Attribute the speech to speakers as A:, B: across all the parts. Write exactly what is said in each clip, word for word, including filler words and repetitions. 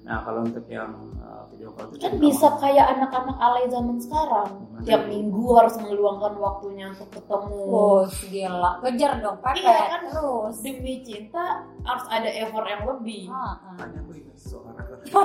A: Nah kalau untuk yang uh, video call itu
B: kan bisa sama. Kayak anak-anak alay zaman sekarang. Gimana tiap itu? Minggu harus meluangkan waktunya untuk ketemu.
C: Oh gila, kejar dong pakai
B: iya, kan
C: terus.
B: Demi cinta harus ada effort yang lebih.
A: Hanya aku ini suara.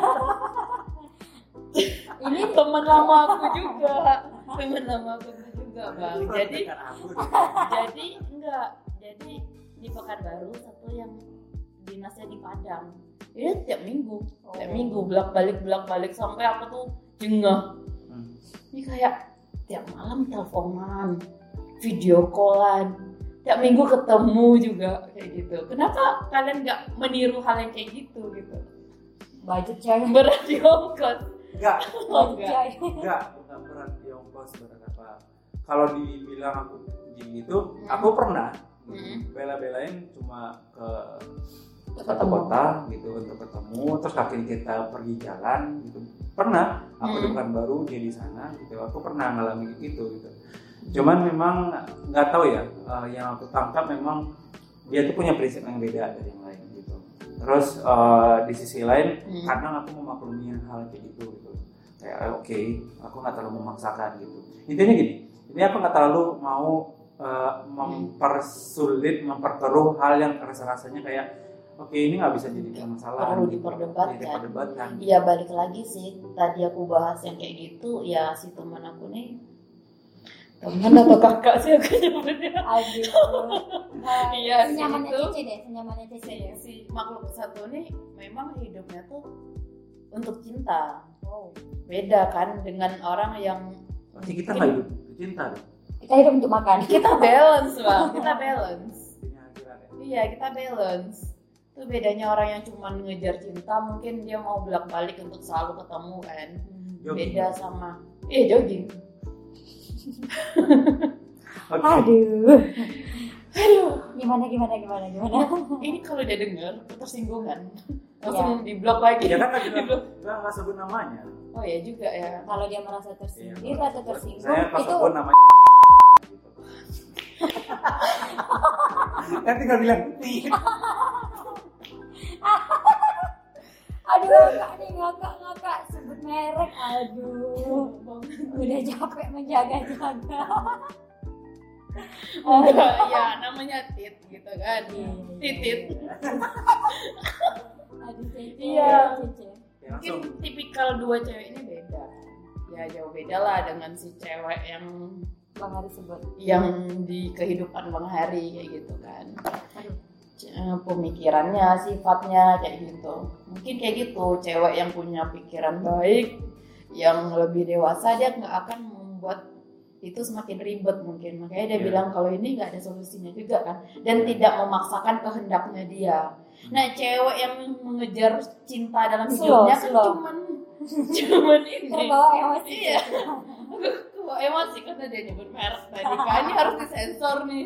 B: Ini teman lama aku juga, teman lama aku juga bang. Jadi, jadi enggak, jadi di Pekanbaru satu yang dinasnya di Padang. Ini tiap minggu, oh. tiap minggu bolak balik bolak balik sampai aku tuh jengah. Hmm. Ini kayak tiap malam teleponan, video callan, tiap minggu ketemu juga kayak gitu. Kenapa kalian nggak meniru hal yang kayak gitu gitu?
C: Budget cewek
B: berat di ongkos.
A: Enggak,
B: oh, enggak,
A: enggak, bukan berat di ongkos berat apa. Kalau dibilang aku gitu, hmm. aku pernah hmm. bela-belain cuma ke satu kota gitu untuk ketemu, terus kaki kita pergi jalan gitu. Pernah, aku hmm. di Pekanbaru dia di sana gitu. Aku pernah ngalamin itu gitu. Cuman memang nggak tahu ya, uh, yang aku tangkap memang dia tuh punya prinsip yang beda dari yang lain gitu. Terus uh, di sisi lain, hmm. kadang aku memaklumi hal kayak gitu gitu. Kayak oke, okay, aku nggak terlalu memaksakan gitu. Intinya gini, ini aku nggak terlalu mau uh, mempersulit, memperkeruh hal yang rasa-rasanya kayak oke okay, ini nggak bisa jadi masalah.
B: Perlu diperdebatkan.
A: diperdebatkan.
B: Iya balik lagi sih, tadi aku bahas yang kayak gitu, ya si teman aku nih teman atau kakak sih aku nyebutnya.
C: Aduh.
B: Iya
C: senyamannya
B: itu,
C: Cece deh, senyamannya Cece ya.
B: Si makhluk satu nih memang hidupnya tuh untuk cinta. Wow. Beda kan dengan orang yang
A: Masih kita nggak hidup untuk cinta dong.
C: Kita hidup untuk makan.
B: Kita balance bang, kita balance. Iya kita balance. Itu bedanya orang yang cuma ngejar cinta, mungkin dia mau bolak-balik untuk selalu ketemu kan. Jogging. Beda sama, iya jogging.
C: Okay. Aduh, aduh, gimana gimana gimana gimana?
B: Ini kalau dia dengar ketersinggungan, langsung ya. Di-blok lagi.
A: Ya kan nggak nggak sebut namanya.
B: Oh ya juga ya.
C: Kalau dia merasa tersindir ya, atau tersinggung,
A: saya pas
C: itu.
A: Sebut namanya. Kan tinggal bilang putih.
C: Aduh, ngakak nih, ngakak, ngakak sebut merek, aduh udah capek menjaga-jaga.
B: Oh ya, namanya tit gitu kan, titit.
C: Aduh, Cece,
B: iya.
C: Cece.
B: Mungkin tipikal dua cewek ini beda. Ya jauh beda lah dengan si cewek yang
C: Bang Hari sebut.
B: Yang di kehidupan Bang Hari kayak gitu kan. Aduh. Pemikirannya, sifatnya kayak gitu. Mungkin kayak gitu, cewek yang punya pikiran baik, yang lebih dewasa, dia nggak akan membuat itu semakin ribet mungkin. Makanya dia yeah. bilang kalau ini nggak ada solusinya juga kan, dan tidak memaksakan kehendaknya dia. Nah, cewek yang mengejar cinta dalam hidupnya kan cuman cuman ini.
C: Terbawa emosi.
B: Iya. Terbawa emosi karena dia nyebut merek tadi kan, ini harus disensor nih.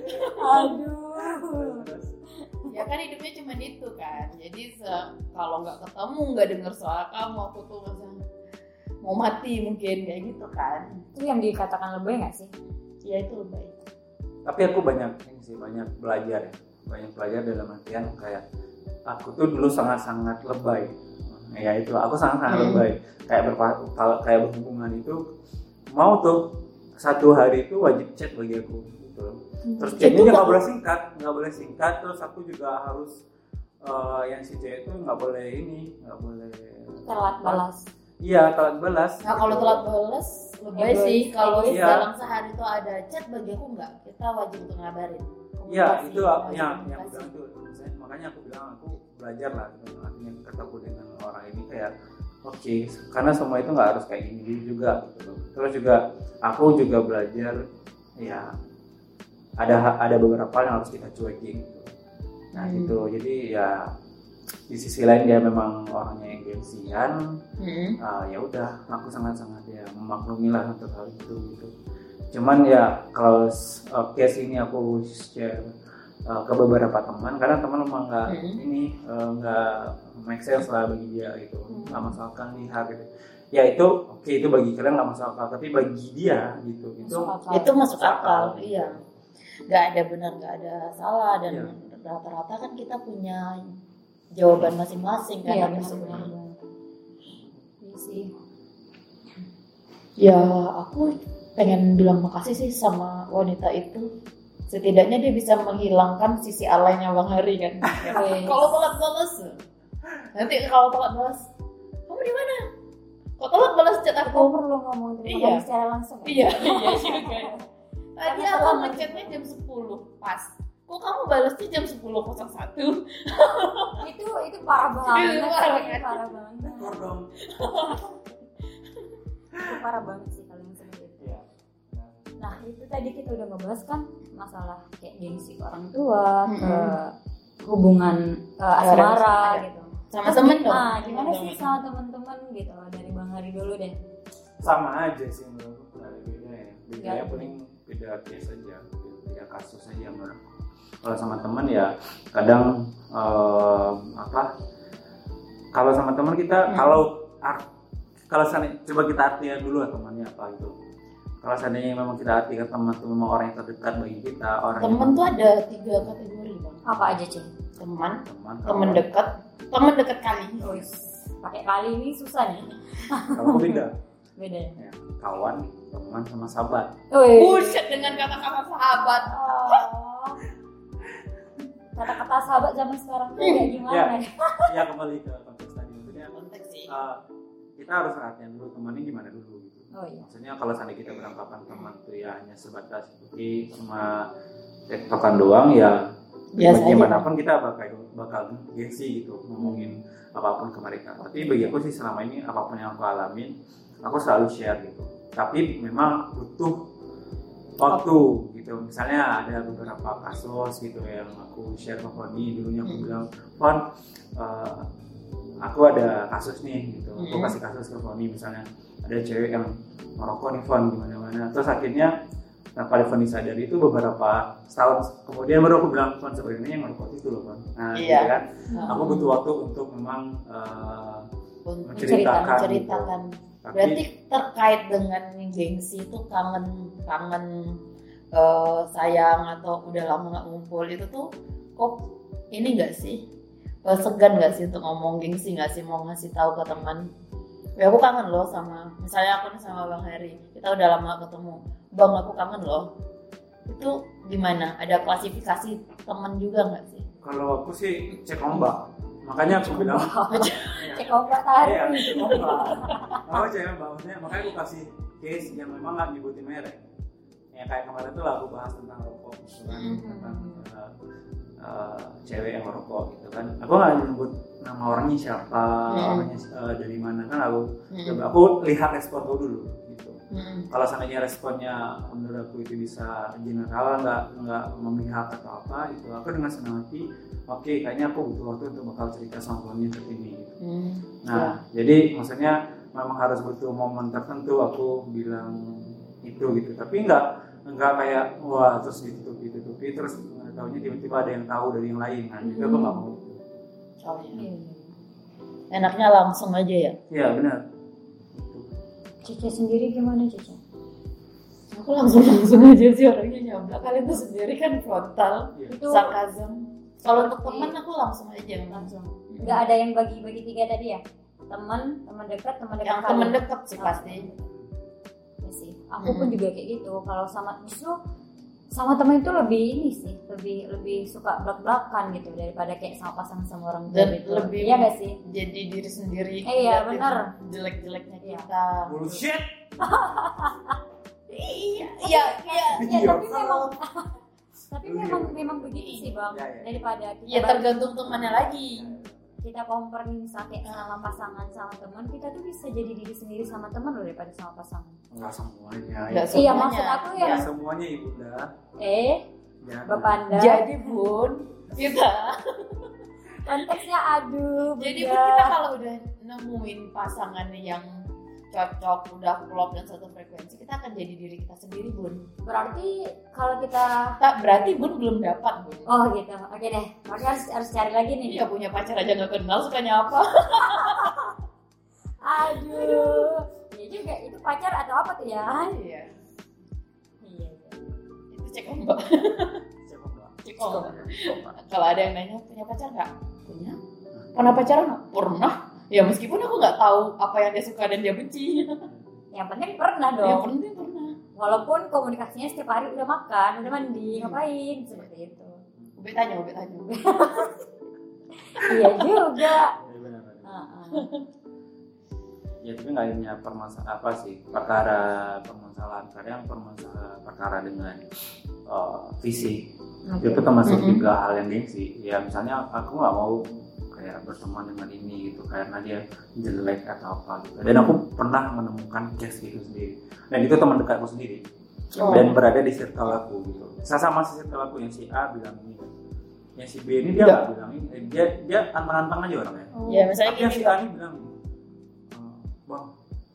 C: Aduh.
B: Ya kan hidupnya cuma itu kan. Jadi se- kalau nggak ketemu, nggak dengar suara kamu, aku tuh masa mau mati mungkin kayak gitu kan.
C: Itu yang dikatakan lebay nggak sih?
B: Ya itu lebay.
A: Tapi aku banyak ini sih, banyak belajar ya. Banyak belajar dalam artian kayak aku tuh dulu sangat-sangat lebay. Ya itu, aku sangat-sangat hmm. lebay. Kayak berpa- kalau kayak berhubungan itu mau tuh satu hari itu wajib chat bagi aku. Terus chatnya nggak boleh singkat, nggak boleh singkat. Terus aku juga harus uh, yang si cewek itu nggak boleh ini, nggak boleh
C: telat balas.
A: Iya telat balas.
B: Nah kalau telat balas lebih sih. Kalau iya. dalam sehari itu ada chat bagi aku nggak, kita wajib untuk ngabarin.
A: Iya itu yang yang aku bilang tuh. Makanya aku bilang aku belajar lah, artinya ketemu dengan orang ini kayak oke, okay, karena semua itu nggak harus kayak gini juga. Gitu. Terus juga aku juga belajar ya. ada ada beberapa hal yang harus kita cuekin gitu. Nah hmm. gitu, jadi ya di sisi lain dia memang orangnya yang gengsian, hmm. uh, ya udah aku sangat-sangat ya memaklumi lah untuk hal itu gitu. Cuman ya kalau uh, case ini aku share uh, ke beberapa teman, karena teman memang nggak hmm. ini nggak uh, make sense lah bagi dia gitu, nggak hmm. masalahkan lihat gitu. Ya itu oke okay, itu bagi kalian nggak masuk akal, tapi bagi dia gitu itu
B: masuk itu masuk akal, akal. Iya. Nggak ada benar, nggak ada salah, dan ya. Rata-rata kan kita punya jawaban masing-masing kan.
C: Iya,
B: benar-benar. Ya aku pengen bilang makasih sih sama wanita itu. Setidaknya dia bisa menghilangkan sisi alaynya Bang Hari kan. Kalau telat balas, nanti kalau telat balas, kamu di mana? Kok telat balas chat aku?
C: Aku perlu ngomong terima
B: Iya.
C: kasih secara langsung.
B: Iya, iya juga. Tadi aku ngechatnya jam sepuluh pas. Kok kamu balasnya jam sepuluh nol satu?
C: itu itu parah banget.
B: Itu parah
C: sih,
B: banget.
C: parah banget.
A: Ekor dong.
C: Itu parah banget sih kalau yang seperti itu.
A: Iya.
C: Nah itu tadi kita udah ngebahas kan masalah kayak gengsi ke orang tua,
B: Mm-mm.
C: ke hubungan uh, asmara
B: Iya.
C: gitu.
B: Sama
C: Terus
B: temen
C: gi-
B: dong.
C: ah, gimana
B: Sama
C: sih
B: temen.
C: sama teman-teman gitu dari Bang Hari dulu deh.
A: Sama aja sih menurutku, nggak ada bedanya ya. Bedanya
C: Ya.
A: paling beda case aja, beda kasus aja menurut. Kalau sama teman ya kadang eh, apa? Kalau sama teman kita
B: Hmm.
A: kalau art, kalau seandainya- coba kita artikan dulu lah temannya apa gitu. Kalau seandainya memang kita artikan teman itu memang orang yang terdekat bagi kita, orang
B: Temen
A: yang
B: tuh ada tiga kategori bang.
C: Apa aja Cing?
B: Teman,
A: teman,
B: temen
A: kawan.
B: dekat, temen dekat kali.
C: Wis, pakai kali ini susah nih.
A: Kalau aku beda,
C: Beda ya.
A: ya, kawan, teman sama sahabat.
C: Wih.
B: Bullshit dengan kata-kata sahabat.
C: Oh. Kata-kata sahabat zaman sekarang tuh kayak gimana
A: Ya.
C: ya?
A: Ya kembali ke konteks tadi, maksudnya
B: Konteks sih.
A: uh, kita harus perhatian dulu temannya gimana dulu gitu.
C: Oh iya.
A: Maksudnya kalau seandainya kita beranggapan teman tuh ya hanya sebatas seperti cuma tektokan doang ya
B: Biasa aja.
A: bagaimanapun kita bakal bakal gengsi gitu ngomongin apapun ke mereka. Tapi bagi aku sih selama ini apapun yang aku alamin aku selalu share gitu. Tapi memang butuh waktu gitu. Misalnya ada beberapa kasus gitu yang aku share ke Foni, dulunya aku
B: Hmm.
A: bilang Fon, uh, aku ada kasus nih gitu. Aku
B: Hmm.
A: kasih kasus ke Foni, misalnya ada cewek yang merokok nih Fon gimana-mana. Terus akhirnya tanpa Foni sadari itu beberapa setahun kemudian baru aku bilang Fon sebenarnya yang merokok itu loh Fon. Nah,
B: Iya.
A: gitu kan.
B: Nah,
A: Aku butuh waktu untuk memang uh,
B: untuk
A: menceritakan.
B: menceritakan.
A: Gitu. Tapi
B: Berarti terkait dengan gengsi itu kangen kangen eh, sayang atau udah lama nggak ngumpul itu tuh kok ini nggak sih Eh, segan nggak sih untuk ngomong gengsi nggak sih mau ngasih tahu ke teman? Ya aku kangen loh sama misalnya aku nih sama Bang Heri kita udah lama ketemu Bang aku kangen loh itu gimana? Ada klasifikasi teman juga nggak sih?
A: kalau aku sih cek ombak. Makanya aku bilang
C: Cek obat tadi.
A: Iya, cek ombak. Aku cek ombak, maksudnya makanya aku kasih case yang memang nggak nyebutin merek. Ya kayak kemarin tuh lah aku bahas tentang rokok gitu kan,
B: Mhm.
A: tentang uh, uh, cewek yang merokok gitu kan. Aku nggak nyebut nama orangnya siapa,
B: Mhm.
A: orangnya uh, dari mana kan aku.
B: Hmm.
A: Coba aku lihat respon aku dulu gitu.
B: Hmm.
A: Kalau seandainya responnya menurut aku itu bisa general, nggak nggak memihak atau apa itu, aku dengan senang hati, oke kayaknya aku butuh waktu untuk bakal cerita sama Foni seperti ini. Gitu.
B: Hmm.
A: Nah, jadi maksudnya memang harus butuh momen tertentu aku bilang itu gitu. Tapi nggak nggak kayak wah terus ditutupi ditutupi terus nggak taunya tiba-tiba ada yang tahu dari yang lain. Nah, itu aku nggak mau.
B: Oh, iya. Enaknya langsung aja ya.
A: Iya benar.
C: Cece sendiri gimana Cece?
B: Aku langsung langsung aja sih orangnya nyablak. Kalian tuh sendiri kan frontal,
A: Iya.
C: Itu
B: sarkasm. Kalau untuk teman aku langsung aja
C: langsung. Nggak ada yang bagi-bagi tiga tadi ya? Teman, teman dekat, teman dekat.
B: yang
C: kali.
B: temen deket sih pasti.
C: Ya sih. Aku pun juga kayak gitu. Kalau sama justru sama teman itu lebih ini sih, lebih lebih suka belak-belakan gitu daripada kayak sama pasangan sama orang tua
B: Dan
C: gitu.
B: lebih
C: Iya nggak sih?
B: jadi diri sendiri.
C: Eh, iya,
B: ngeliatin
C: bener.
B: Jelek-jeleknya
C: Iya.
B: kita.
A: Bullshit.
B: Iya, iya, iya.
C: Ya
A: Iya,
C: tapi memang tapi
A: Iya.
C: memang memang begitu sih bang.
A: Iya, iya.
C: Daripada kita
B: Ya tergantung temannya lagi.
C: kita compare nih misalnya kayak sama pasangan sama teman, kita tuh bisa jadi diri sendiri sama teman loh daripada sama pasangan.
A: Enggak semuanya.
B: Nggak
A: Ya.
C: Iya
B: semuanya.
C: maksud aku ya.
A: Nggak semuanya ibunda.
C: Eh,
A: Ya.
C: Bapak Anda.
B: Jadi bun, kita.
C: Konteksnya aduh.
B: Jadi
C: beda.
B: bun kita kalau udah nemuin pasangan yang cocok, udah klop dan satu frekuensi, kita akan jadi diri kita sendiri bun.
C: Berarti kalau kita
B: Tak berarti bun belum dapat bun.
C: oh gitu. Oke deh. Berarti harus harus cari lagi nih.
B: Iya punya pacar aja nggak kenal sukanya apa.
C: Aduh. Iya juga itu pacar atau apa tuh ya?
B: Iya.
C: Iya.
B: Itu cek ombak.
A: Cek ombak.
B: Cek ombak. Kalau ada yang nanya punya pacar nggak? Punya. Pernah pacaran nggak? Pernah. Ya meskipun aku nggak tahu apa yang dia suka dan dia benci.
C: yang penting pernah dong.
B: Yang penting pernah.
C: Walaupun komunikasinya setiap hari udah makan, udah mandi, ngapain seperti itu.
B: Ube tanya, ube tanya.
C: Iya juga.
A: Ya, benar-benar.
C: Uh-uh.
A: Ya tapi nggak hanya permasalahan apa sih perkara permasalahan kadang permasalahan perkara dengan uh, fisik
C: Okay.
A: itu termasuk
B: Mm-hmm.
A: juga hal yang gengsi. Ya misalnya aku nggak mau kayak berteman dengan ini gitu karena dia jelek atau apa gitu. Dan aku pernah menemukan case itu sendiri. Dan itu teman dekatku sendiri.
B: Oh.
A: Dan berada di circle aku gitu. Saya sama si circle aku yang si A bilang ini, yang si B ini dia
B: Enggak.
A: nggak bilang ini. Eh, Dia dia antang-antang aja orangnya.
C: Oh.
B: Ya misalnya
A: Tapi yang
B: gini
A: si A ini bilang ini, "Eh, bang,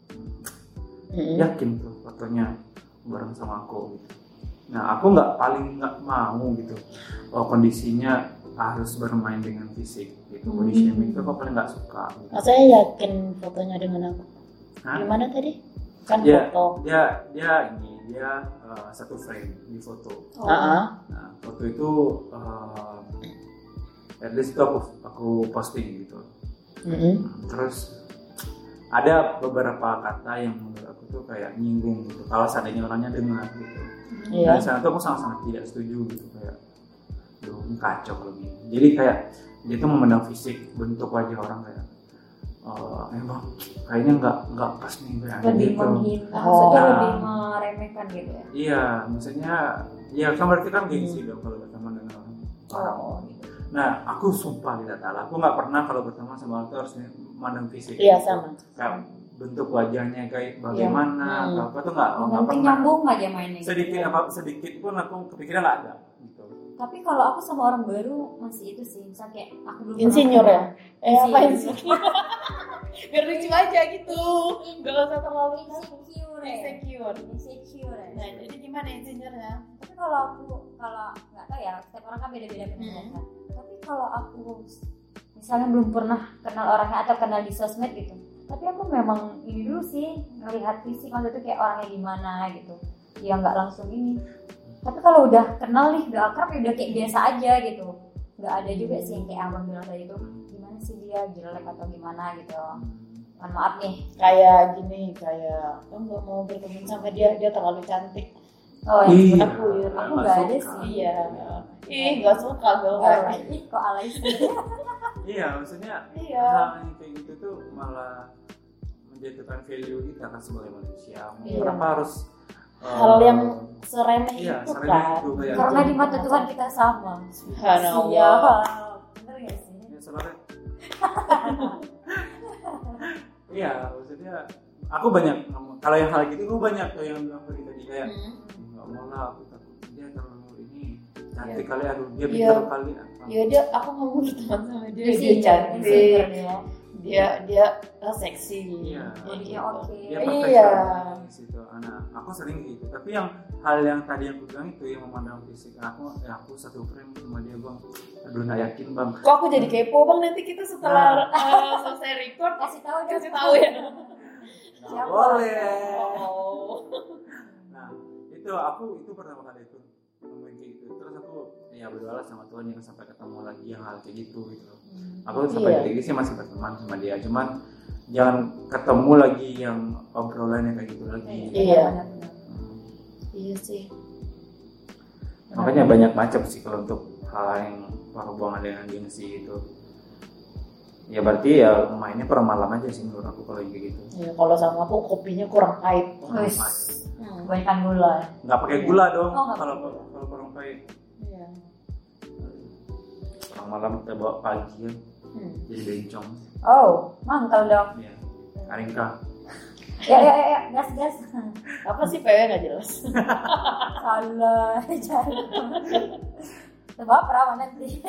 B: Mm-mm.
A: yakin tuh fotonya bareng sama aku gitu. Nah aku nggak paling nggak mau gitu oh, kondisinya harus bermain dengan fisik gitu. Body
C: Hmm.
A: shaming itu aku paling nggak suka gitu.
B: Nah, saya yakin fotonya dengan aku.
A: Hah?
B: Gimana tadi? Kan
A: Dia,
B: foto.
A: dia dia ini dia uh, satu frame di foto.
C: Oh.
B: Ah,
A: Nah foto itu uh, at least itu aku aku posting gitu.
B: mm-mm.
A: Terus ada beberapa kata yang menurut aku tuh kayak nyinggung gitu kalau seandainya orangnya dengar gitu.
B: Iya.
A: Dan saat itu aku sangat-sangat tidak setuju gitu kayak duh ini kacau kalau gini. Jadi kayak dia tuh memandang fisik bentuk wajah orang kayak oh, emang kayaknya nggak nggak pas nih kayak
C: Lebih
A: gitu.
C: menghina,
B: Oh.
C: maksudnya
A: Nah.
C: lebih meremehkan gitu ya.
A: Iya, maksudnya ya kan berarti kan gengsi dong kalau berteman dengan orang.
C: Oh, gitu.
A: Nah, aku sumpah tidak tahu. Aku nggak pernah kalau berteman sama orang tuh harus memandang fisik.
B: Iya sama.
A: Kayak bentuk wajahnya kayak bagaimana
B: Hmm.
A: atau apa tuh nggak
C: Yang
A: nggak
C: penting
A: pernah.
C: nyambung aja mainnya.
A: Sedikit
C: gitu.
A: apa sedikit pun aku kepikiran nggak ada. Gitu.
C: Tapi kalau aku sama orang baru masih itu sih, misalnya kayak aku belum
B: Insinyur ya?
C: pernah-
B: Eh apa
C: Insinyur.
B: insinyur? Biar lucu aja gitu. Gak usah terlalu
C: Insecure ya.
B: insecure.
C: Insecure ya.
B: Nah jadi gimana insinyurnya?
C: Tapi kalau aku kalau nggak tahu ya, setiap orang kan beda-beda penilaian kan. Tapi kalau aku misalnya belum pernah kenal orangnya atau kenal di sosmed gitu, tapi aku memang ini dulu sih ngelihat fisik, maksudnya kayak orangnya gimana gitu. Ya nggak langsung ini. Tapi kalau udah kenal nih, udah akrab ya udah kayak biasa aja gitu. Nggak ada juga sih yang kayak abang bilang tadi itu gimana sih dia jelek atau gimana gitu. Mohon maaf nih.
B: Kayak gini, kayak lo nggak mau berteman sama dia, dia terlalu cantik.
C: Oh
A: Iya.
C: ya.
B: Aku ya.
C: Aku nggak ada
A: suka.
C: sih.
B: Iya. Ih nggak suka gue
C: Oh,
B: kan.
C: ih, kok alay sih.
A: Iya, maksudnya
B: Iya.
A: hal yang kayak gitu tuh malah menjatuhkan value kita kan sebagai manusia.
B: Iya.
A: Kenapa harus
B: Hal
A: uh,
B: yang seremeh
A: iya,
B: itu
A: seremeh
B: kan.
A: itu kayak
C: Karena di mata Tuhan kita sama.
B: Subhanallah.
C: Iya. Bener gak sih?
A: ya, sebenarnya iya, maksudnya aku banyak kalau yang hal gitu gue banyak tuh yang bilang tadi tadi kayak
B: Hmm.
A: nggak mau lah aku takut dia terlalu ini cantik
B: Iya.
A: kali aduh dia
B: Iya.
A: pintar kali apa.
B: Ya dia, aku nggak mau berteman sama dia.
C: Iya
B: Dia
C: sih,
B: cantik.
C: insecure dia.
B: Dia dia uh, seksi.
A: Iya.
C: Bodinya oke.
A: Dia
B: Iya.
A: perfeksionis itu anak aku sering gitu tapi yang hal yang tadi aku bilang itu yang memandang fisik aku ya aku satu frame sama dia bang aduh nggak yakin bang
B: Kok aku jadi kepo bang, nanti kita setelah uh, selesai record
C: Kasih tahu dong.
B: kasih tahu ya.
A: nggak
C: Siapa?
A: boleh
B: Oh.
A: nah itu aku itu pertama kali itu ngomongin kayak gitu terus aku ya berdoa sama Tuhan yang sampai ketemu lagi yang hal kayak gitu gitu aku sampai
B: Iya.
A: detik ini sih masih berteman sama dia cuman jangan ketemu lagi yang obrolannya kayak gitu lagi
B: Iya.
C: Benar-benar.
A: Hmm.
B: Iya sih.
A: Makanya banyak macam sih kalau untuk hal yang berhubungan dengan gengsi itu. Ya berarti ya mainnya per malam aja sih menurut aku kalau kayak gitu.
B: Ya kalau sama aku kopinya kurang pahit.
C: Wis.
B: Hmm.
C: Kebanyakan gula.
A: Nggak pakai gula dong
C: Oh, nggak
A: kalau
C: pakai gula.
A: kalau kurang pahit.
B: Iya.
A: Orang malam kita bawa pagi ya,
B: Hmm.
A: jadi bencong.
C: Oh, mangkal dong.
A: Ya, Aringka.
C: Ya ya ya, ya. gas gas.
B: Apa sih P W nggak jelas?
C: Salah, jangan. Coba perawan nanti.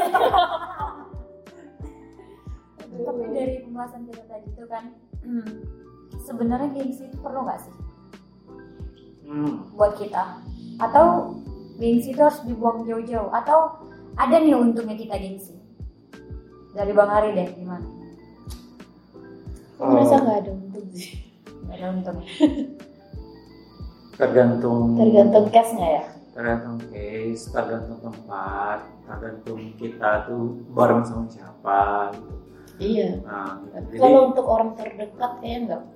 C: Tapi dari pembahasan kita tadi itu kan, sebenarnya gengsi itu perlu nggak sih
A: Hmm.
C: buat kita? Atau gengsi itu harus dibuang jauh-jauh? Atau ada nih untungnya kita gengsi? Dari Bang Hari deh, gimana?
B: Aku merasa nggak ada untung sih.
C: Nggak ada untungnya.
A: Tergantung.
B: Tergantung case-nya ya.
A: Tergantung case, tergantung tempat, tergantung kita tuh bareng sama siapa. Gitu.
B: Iya.
A: Nah, gitu. Jadi
B: Kalau untuk orang terdekat kayaknya nggak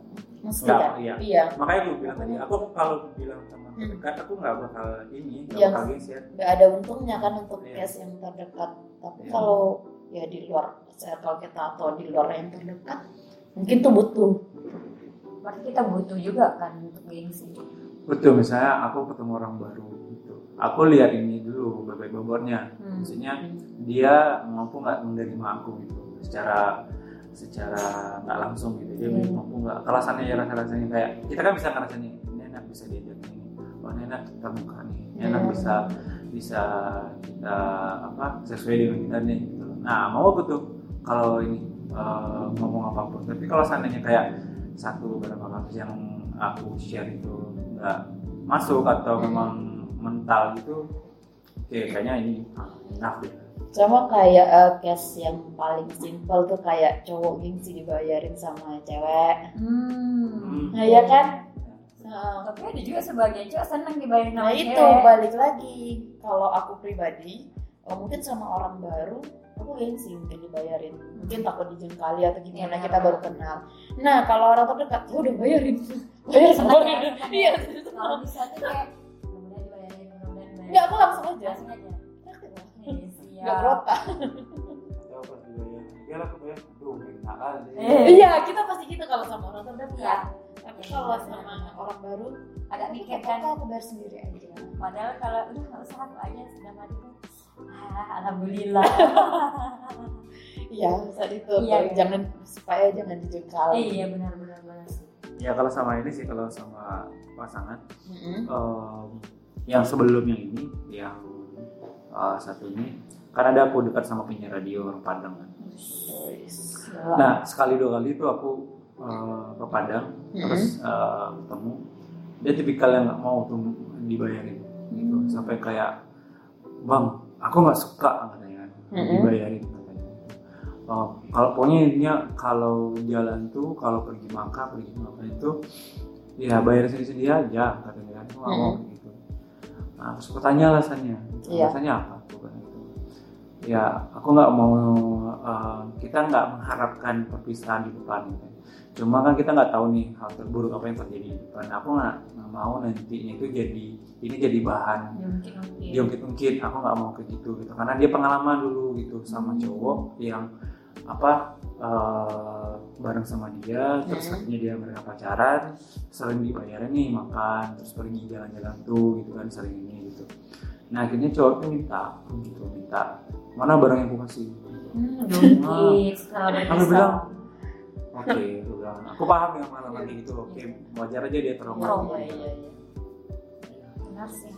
B: mesti
A: Nggak,
B: kan?
A: iya.
B: Iya.
A: Makanya aku bilang tadi, aku kalau bilang teman
B: Hmm.
A: terdekat, aku nggak bakal ini, nggak
B: Iya.
A: bakal geser.
B: Nggak ada untungnya kan untuk
A: Iya.
B: case yang terdekat. Tapi
A: Iya.
B: kalau ya di luar circle kita atau di luar yang terdekat, mungkin tuh butuh.
C: Berarti kita butuh juga kan untuk gengsi.
A: Betul, misalnya aku ketemu orang baru gitu, aku lihat ini dulu bebek bobotnya,
C: Hmm.
A: maksudnya dia mampu nggak menerima aku gitu, secara secara nggak langsung gitu, dia
B: Hmm.
A: mampu nggak, kelasannya ya rasa rasanya kayak kita kan bisa ngerasain ini enak bisa diajak ini, oh ini enak kita buka nih, ini enak
B: Hmm.
A: bisa bisa kita apa sesuai dengan kita nih gitu. Nah mau aku tuh kalau ini eh, ngomong apapun, tapi kalau seandainya kayak satu beberapa kasus yang aku share itu nggak masuk atau
B: Hmm.
A: memang mental gitu, oke kayaknya ini enough deh.
B: Sama kayak uh, case yang paling simpel tuh kayak cowok gengsi dibayarin sama cewek.
C: Hmm.
B: Nah ya kan? Nah,
C: Tapi ada juga sebagian cowok senang dibayarin sama
B: nah itu
C: cewek.
B: balik lagi. Kalau aku pribadi, oh, mungkin sama orang baru, aku gengsi mungkin dibayarin. Mungkin takut dijengkali atau gimana,
C: Iya.
B: kita baru kenal. Nah kalau orang terdekat, ya udah bayarin, bayar sama
C: Senang ya, senang ya.
B: Iya.
C: Kalau bisa tuh kayak mudah-mudahan dibayarin, mudah-mudahan dibayarin.
B: Nggak, aku langsung aja.
C: Langsung aja. Iya, siap.
B: Nggak protes.
A: Atau pas dibayar, ya lah kebayar, aduh minta aja.
C: Eh.
B: Iya, kita pasti gitu kalau sama orang terdekat.
C: Iya.
B: Tapi kalau sama orang baru,
C: Agak mikir
B: kan
C: kan.
B: aku bayar sendiri aja.
C: Padahal kalau udah nggak usah aku aja sudah mati tuh. Ah, alhamdulillah.
B: Iya, saat itu
C: Iya,
B: tuh,
C: iya.
B: jangan supaya jangan dijengkal.
C: Eh, iya benar-benar benar sih.
A: Ya kalau sama ini sih, kalau sama pasangan
B: Mm-mm.
A: em, yang sebelum yang ini, yang eh, satu ini, kan ada aku dekat sama penyiar radio orang Padang kan. Nah sekali dua kali itu aku eh, ke Padang,
B: Mhm.
A: terus eh, ketemu, dia tipikal yang nggak mau tuh dibayarin gitu,
B: Hmm.
A: sampai kayak bang, aku nggak suka katanya
B: Mhm.
A: dibayarin katanya. Eh, kalau pokoknya intinya kalau jalan tuh, kalau pergi makan, pergi makan itu ya bayar sendiri-sendiri aja katanya kan, aku nggak mau
B: Mhm.
A: gitu. Nah, terus aku tanya alasannya,
B: Iya.
A: alasannya apa tuh kan itu? Ya aku nggak mau, eh, kita nggak mengharapkan perpisahan di depan gitu. Cuma kan kita nggak tahu nih hal terburuk apa yang terjadi di depan. Aku nggak nggak mau nantinya itu jadi ini jadi bahan
C: Ya, mungkin mungkin.
A: dia ungkit-ungkit. Aku nggak mau kayak gitu gitu, karena dia pengalaman dulu gitu sama cowok yang apa eh, bareng sama dia, terus
B: Hmm.
A: akhirnya dia mereka pacaran, sering dibayarin nih makan, terus pergi jalan-jalan tuh gitu kan, sering ini gitu. Nah akhirnya cowok tuh minta gitu, minta mana barang yang aku kasih.
C: Hmm, dongkit setelah udah
A: Aku
C: pisah.
A: bilang, oke, aku bilang, aku paham ya pengalaman kayak gitu, oke, wajar aja dia trauma.
C: Trauma,
B: Iya, iya, iya.
C: Benar sih.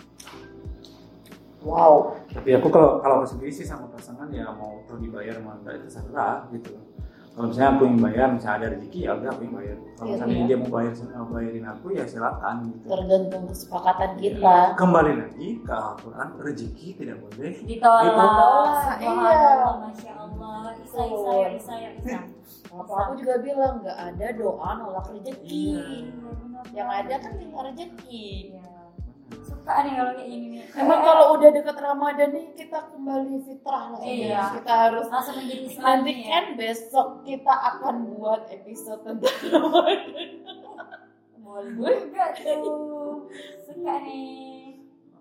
B: Wow.
A: Tapi aku kalau kalau aku sendiri sih sama pasangan ya mau tuh dibayar mau enggak itu terserah gitu. Kalau misalnya aku yang bayar, misalnya ada rezeki ya udah aku yang bayar. Kalau
B: Iya,
A: misalnya
B: iya.
A: dia mau bayar mau bayarin aku ya silakan gitu.
B: Tergantung kesepakatan kita.
A: Kembali lagi ke Al-Quran, rezeki tidak boleh
C: Ditolak.
A: Ditolak,
C: Subhanallah,
B: iya.
C: Masya Allah. Isa, Isa, ya, Isa, ya, Isa.
B: Apa aku juga bilang nggak ada doa nolak rezeki.
A: Iya.
C: Iya, benar.
B: Yang ada kan tinggal rezeki.
C: Iya. Suka nih kalau kayak gini nih.
B: Emang kalau udah deket Ramadan nih kita kembali fitrah lah.
C: Iya.
B: Kita harus
C: langsung menjadi Islam
B: nanti
C: nih ya.
B: kan besok kita akan buat episode tentang Ramadan.
C: Boleh juga tuh. Suka nih.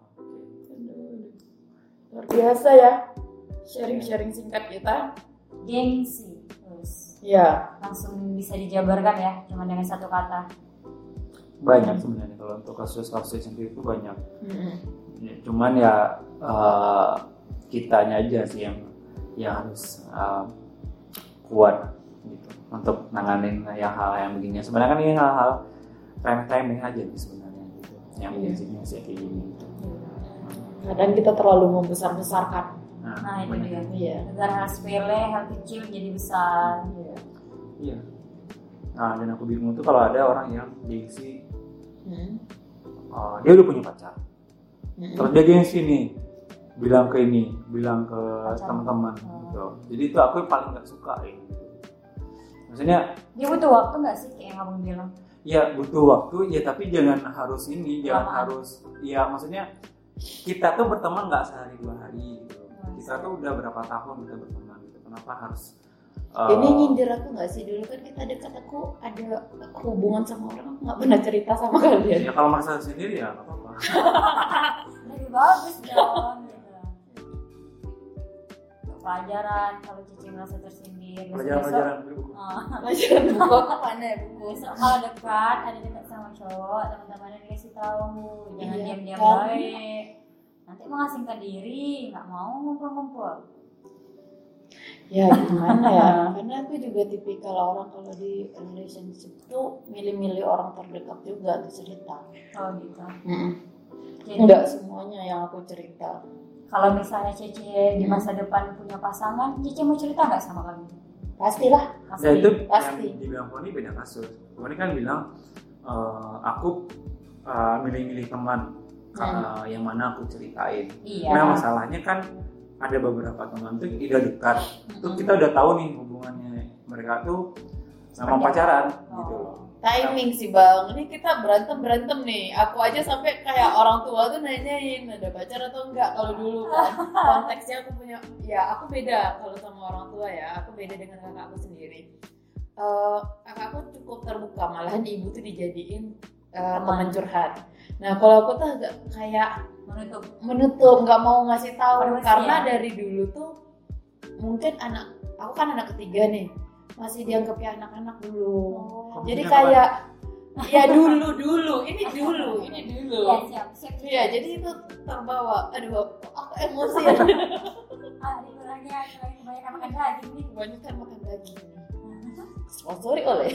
B: Luar biasa ya sharing-sharing singkat kita.
C: Gengsi. Terus
B: Ya.
C: langsung bisa dijabarkan ya, cuma dengan satu kata.
A: banyak sebenarnya kalau untuk kasus-kasus sendiri itu banyak.
B: Mm-mm.
A: Ya, cuman ya eh, kitanya aja sih yang yang harus eh, kuat gitu untuk nanganin yang hal yang begini. Sebenarnya kan ini hal-hal remeh-temeh aja nih sebenarnya gitu. Yang
B: Iya.
A: biasanya sih kayak gini. Gitu.
B: Kadang kita terlalu membesar-besarkan.
A: Nah,
C: Nah itu
A: banyak.
C: dia.
B: Iya.
C: Agar hal sepele, hal kecil jadi besar.
B: Iya.
A: Iya. Nah, dan aku bingung tuh kalau ada orang yang gengsi,
B: Mm.
A: uh, dia udah punya pacar,
B: Mm-mm.
A: terus dia gengsi nih, bilang ke ini, bilang ke
C: Pacar.
A: teman-teman,
C: Oh.
A: gitu. Jadi itu aku yang paling nggak suka ya. Gitu. Maksudnya,
C: Dia butuh waktu nggak sih kayak yang abang bilang?
A: ya butuh waktu, ya tapi jangan harus ini, jangan
C: Lamaan.
A: harus, ya maksudnya kita tuh berteman nggak sehari dua hari, gitu. Kita tuh udah berapa tahun kita berteman, gitu. Kenapa harus uh,
B: ini nyindir aku nggak sih? Dulu kan kita dekat, aku ada hubungan sama orang, aku nggak pernah cerita sama kalian.
A: Ya kalau maksa sendiri ya nggak apa-apa.
C: Lebih bagus dong gitu. Untuk pelajaran kalau Cici merasa tersindir,
A: Pelajaran-pelajaran dari buku.
C: oh,
B: Pelajaran buku aku mana ya buku?
C: besok kalau dekat ada dekat sama cowok, teman-temannya dikasih tahu, jangan
B: Iya,
C: diam-diam
B: kan?
C: baik. Nanti mengasingkan diri, nggak mau ngumpul-ngumpul.
B: Ya gimana ya? Karena aku juga tipikal orang kalau di relationship tuh milih-milih orang terdekat juga tuh cerita.
C: Oh gitu.
B: Mm-mm.
C: Jadi
B: Enggak semuanya yang aku cerita.
C: kalau misalnya Cici di masa depan punya pasangan, Cici mau cerita nggak sama kami?
B: Pastilah.
C: Pasti.
A: Ya itu
B: Pasti.
A: yang dibilang Poni beda kasus. Poni kan bilang uh, aku uh, milih-milih teman uh, yang mana aku ceritain.
C: Iya.
A: Nah masalahnya kan ada beberapa teman tuh udah dekat, tuh kita udah tahu nih hubungannya mereka tuh sama
C: Seperti
A: pacaran
C: apa?
A: gitu loh.
B: Timing sih bang, ini kita berantem berantem nih. Aku aja sampai kayak orang tua tuh nanyain ada pacar atau enggak. Kalau dulu kan konteksnya aku punya, ya aku beda kalau sama orang tua ya. Aku beda dengan kakak aku sendiri. Uh, kakak aku cukup terbuka, malahan ibu tuh dijadiin uh, teman curhat. Nah kalau aku tuh agak kayak
C: Menutup.
B: menutup, nggak mau ngasih tahu
C: Permisi,
B: karena
C: ya?
B: dari dulu tuh mungkin anak aku kan anak ketiga nih, masih dianggapnya anak-anak dulu.
C: Oh.
B: Jadi
A: Maksudnya
B: kayak ya dulu dulu, ini dulu, ini dulu.
C: Iya siap siap.
B: Iya, jadi itu terbawa. Aduh, aku emosi ya.
C: Ah, dikurangnya selain kebanyakan makan daging nih.
B: Kebanyakan makan daging. Oh, sorry oleh.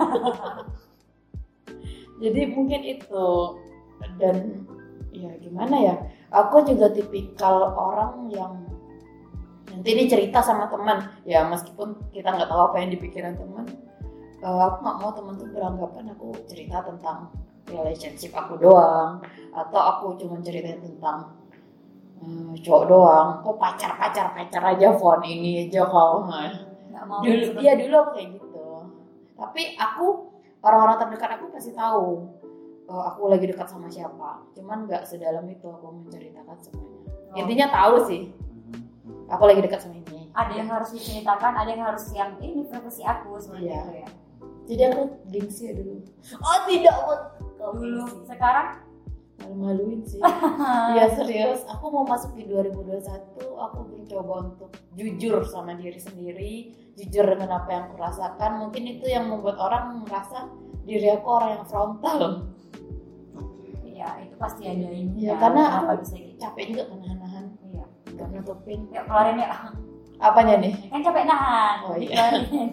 B: Jadi mungkin itu, dan ya gimana ya? Aku juga tipikal orang yang nanti ini cerita sama teman. Ya meskipun kita nggak tahu apa yang di pikiran teman. Uh, aku nggak mau temen tuh beranggapan aku cerita tentang relationship aku doang, atau aku cuma ceritain tentang um, cowok doang. Kok pacar pacar pacar aja phone ini aja kau
C: Nggak mau.
B: dulu. Iya dulu aku kayak gitu. Tapi aku orang-orang terdekat aku pasti tahu uh, aku lagi dekat sama siapa. Cuman nggak sedalam itu aku menceritakan semuanya.
C: Oh.
B: Intinya tahu sih aku lagi dekat sama ini.
C: Ada yang harus diceritakan, ada yang harus yang ini privasi aku seperti
B: Iya.
C: itu ya.
B: Jadi aku gengsi ya dulu. Oh tidak, oh,
C: Dulu,
B: gengsi.
C: sekarang
B: Malu-maluin sih. Iya serius, aku mau masuk di dua ribu dua puluh satu, aku mencoba untuk jujur sama diri sendiri, jujur dengan apa yang aku rasakan. Mungkin itu yang membuat orang merasa diri aku orang yang frontal.
C: Iya, itu pasti ada ini.
B: Ya, karena
C: kenapa
B: aku
C: bisa gitu.
B: capek juga kan nahan-nahan,
C: Iya.
B: gak nutupin.
C: Yuk keluarin ya.
B: Apanya nih?
C: Kan capek nahan.
B: Oh iya.
C: Keluarin.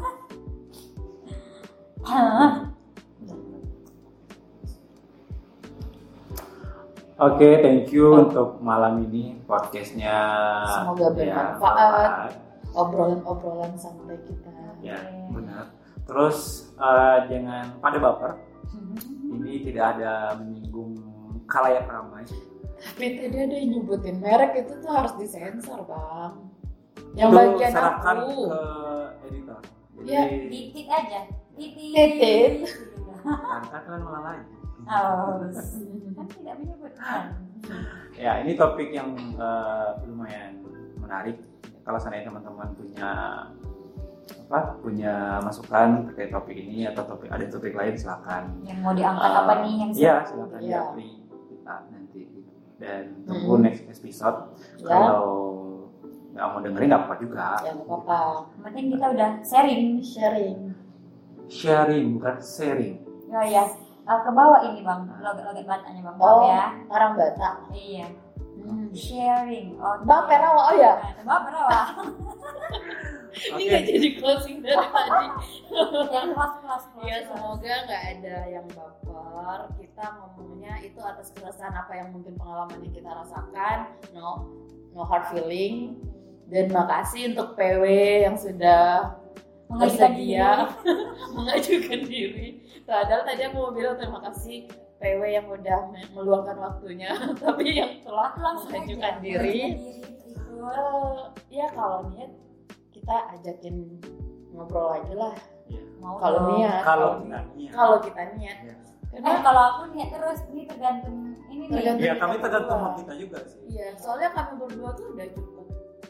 A: Oke, thank you untuk malam ini podcastnya.
B: Semoga bermanfaat. Obrolan-obrolan santai kita.
A: Ya, benar. Terus uh, jangan pada baper. Ini tidak ada menyinggung khalayak ramai.
B: Tapi tadi ada yang nyebutin merek, itu tuh harus disensor bang. Yang
A: Itu
B: bagian
A: serahkan
B: aku.
A: ke editor. Jadi
B: Ya.
C: Titit aja. Titit.
B: Titit.
A: angkat kan malah lagi.
C: Oh, kan tidak menyebutkan.
A: Ya, ini topik yang uh, lumayan menarik. Kalau seandainya teman-teman punya apa punya masukan terkait topik ini atau topik ada topik lain silakan.
C: Yang mau diangkat
A: Uh,
C: apa nih yang
A: Iya, silakan
B: Iya.
A: japri kita nanti dan tunggu
B: Hmm.
A: next episode.
B: Ya.
A: Kalau nggak mau dengerin nggak apa-apa juga.
B: Ya nggak apa-apa.
C: Yang penting kita udah sharing.
B: Sharing.
A: Sharing bukan sharing.
C: Oh ya, uh, ke bawah ini bang, logat-logat Bataknya bang.
B: Oh,
C: Maaf ya.
B: orang Batak.
C: Iya.
B: Hmm.
C: Sharing. Oh,
B: Bang Perawa, oh ya.
C: Bang Perawa.
B: Ini nggak jadi closing dari tadi.
C: Yang kelas kelas.
B: Ya semoga nggak ada yang baper. Kita ngomongnya itu atas keresahan apa yang mungkin pengalaman yang kita rasakan. No, no hard feeling. Dan makasih untuk P W yang sudah
C: Mengajukan
B: bersedia mengajukan diri. Padahal tadi aku mau bilang terima kasih P W yang udah meluangkan waktunya, tapi yang telah
C: langsung
B: mengajukan
C: aja.
B: diri.
C: Mengajukan diri itu.
B: Uh, ya kalau niat kita ajakin ngobrol aja lah.
C: Mau
B: Kalau
C: dong.
B: niat,
A: Kalau
B: kalau
A: nggak iya.
B: kalau kita niat.
A: Ya.
B: Karena
C: Eh kalau aku niat terus, ini tergantung ini nih.
B: Tergantung.
A: Ya kami tergantung sama kita juga sih.
B: iya, soalnya kami berdua tuh udah cukup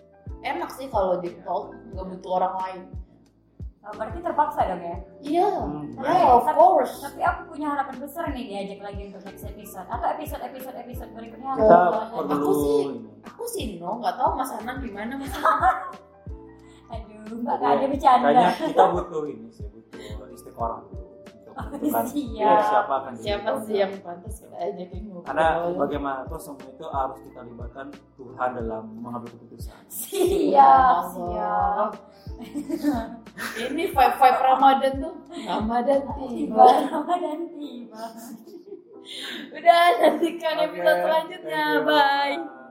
B: enak sih kalau di talk nggak butuh orang lain.
C: Oh, berarti terpaksa dong ya?
B: Iya,
A: Hmm.
B: yeah, of course.
C: Tapi aku punya harapan besar nih diajak lagi untuk next episode atau episode-episode episode berikutnya.
A: Kita
B: Oh,
A: perlu
B: aku sih,
A: ini.
B: aku sih no, nggak tahu Mas Anang gimana Mas Anang.
C: Aduh, mbak gak ada bercanda.
A: Kayaknya kita butuh ini sih, butuh istiqorah dulu untuk menentukan
C: Siap.
A: ya, siapa akan jadi
B: Siapa
A: founder.
B: sih yang pantas kita ajakin ngobrol?
A: Karena bagaimanapun semua itu harus kita libatkan Tuhan dalam mengambil keputusan.
C: Siap,
B: Allah.
C: siap.
B: Ini vibe vibe Ramadan tuh. Ramadan
C: Tiba,
B: tiba.
C: Ramadan tiba.
B: Udah nantikan
A: Oke,
B: episode selanjutnya.
A: thank you.
B: Bye.